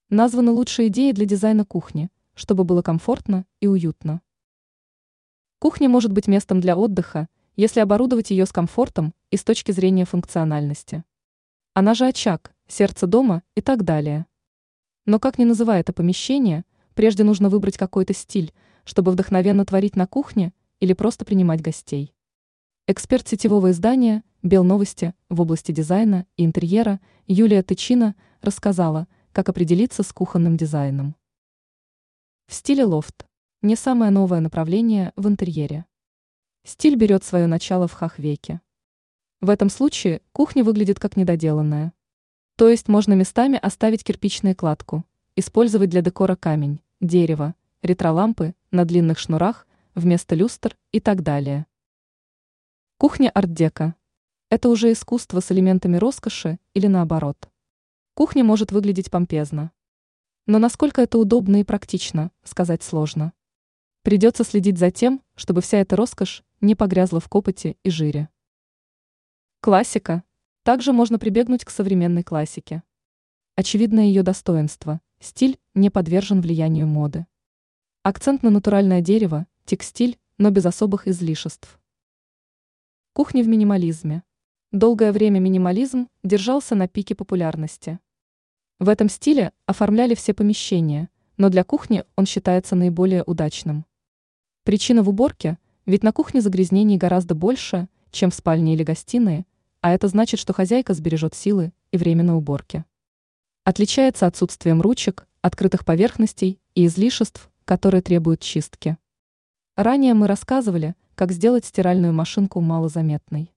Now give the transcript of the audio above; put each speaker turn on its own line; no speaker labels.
Названы лучшие идеи для дизайна кухни, чтобы было комфортно и уютно. Кухня может быть местом для отдыха, если оборудовать ее с комфортом и с точки зрения функциональности. Она же очаг, сердце дома и так далее. Но как ни называй это помещение, прежде нужно выбрать какой-то стиль, чтобы вдохновенно творить на кухне или просто принимать гостей. Эксперт сетевого издания «Белновости» в области дизайна и интерьера Юлия Тычина рассказала, как определиться с кухонным дизайном. В стиле лофт – не самое новое направление в интерьере. Стиль берет свое начало в хах-веке. В этом случае кухня выглядит как недоделанная. То есть можно местами оставить кирпичную кладку, использовать для декора камень, дерево, ретро-лампы на длинных шнурах вместо люстр и так далее. Кухня арт-деко – это уже искусство с элементами роскоши или наоборот. Кухня может выглядеть помпезно. Но насколько это удобно и практично, сказать сложно. Придется следить за тем, чтобы вся эта роскошь не погрязла в копоти и жире. Классика. Также можно прибегнуть к современной классике. Очевидно ее достоинство – стиль не подвержен влиянию моды. Акцент на натуральное дерево, текстиль, но без особых излишеств. Кухня в минимализме. Долгое время минимализм держался на пике популярности. В этом стиле оформляли все помещения, но для кухни он считается наиболее удачным. Причина в уборке, ведь на кухне загрязнений гораздо больше, чем в спальне или гостиной, а это значит, что хозяйка сбережет силы и время на уборке. Отличается отсутствием ручек, открытых поверхностей и излишеств, которые требуют чистки. Ранее мы рассказывали, как сделать стиральную машинку малозаметной.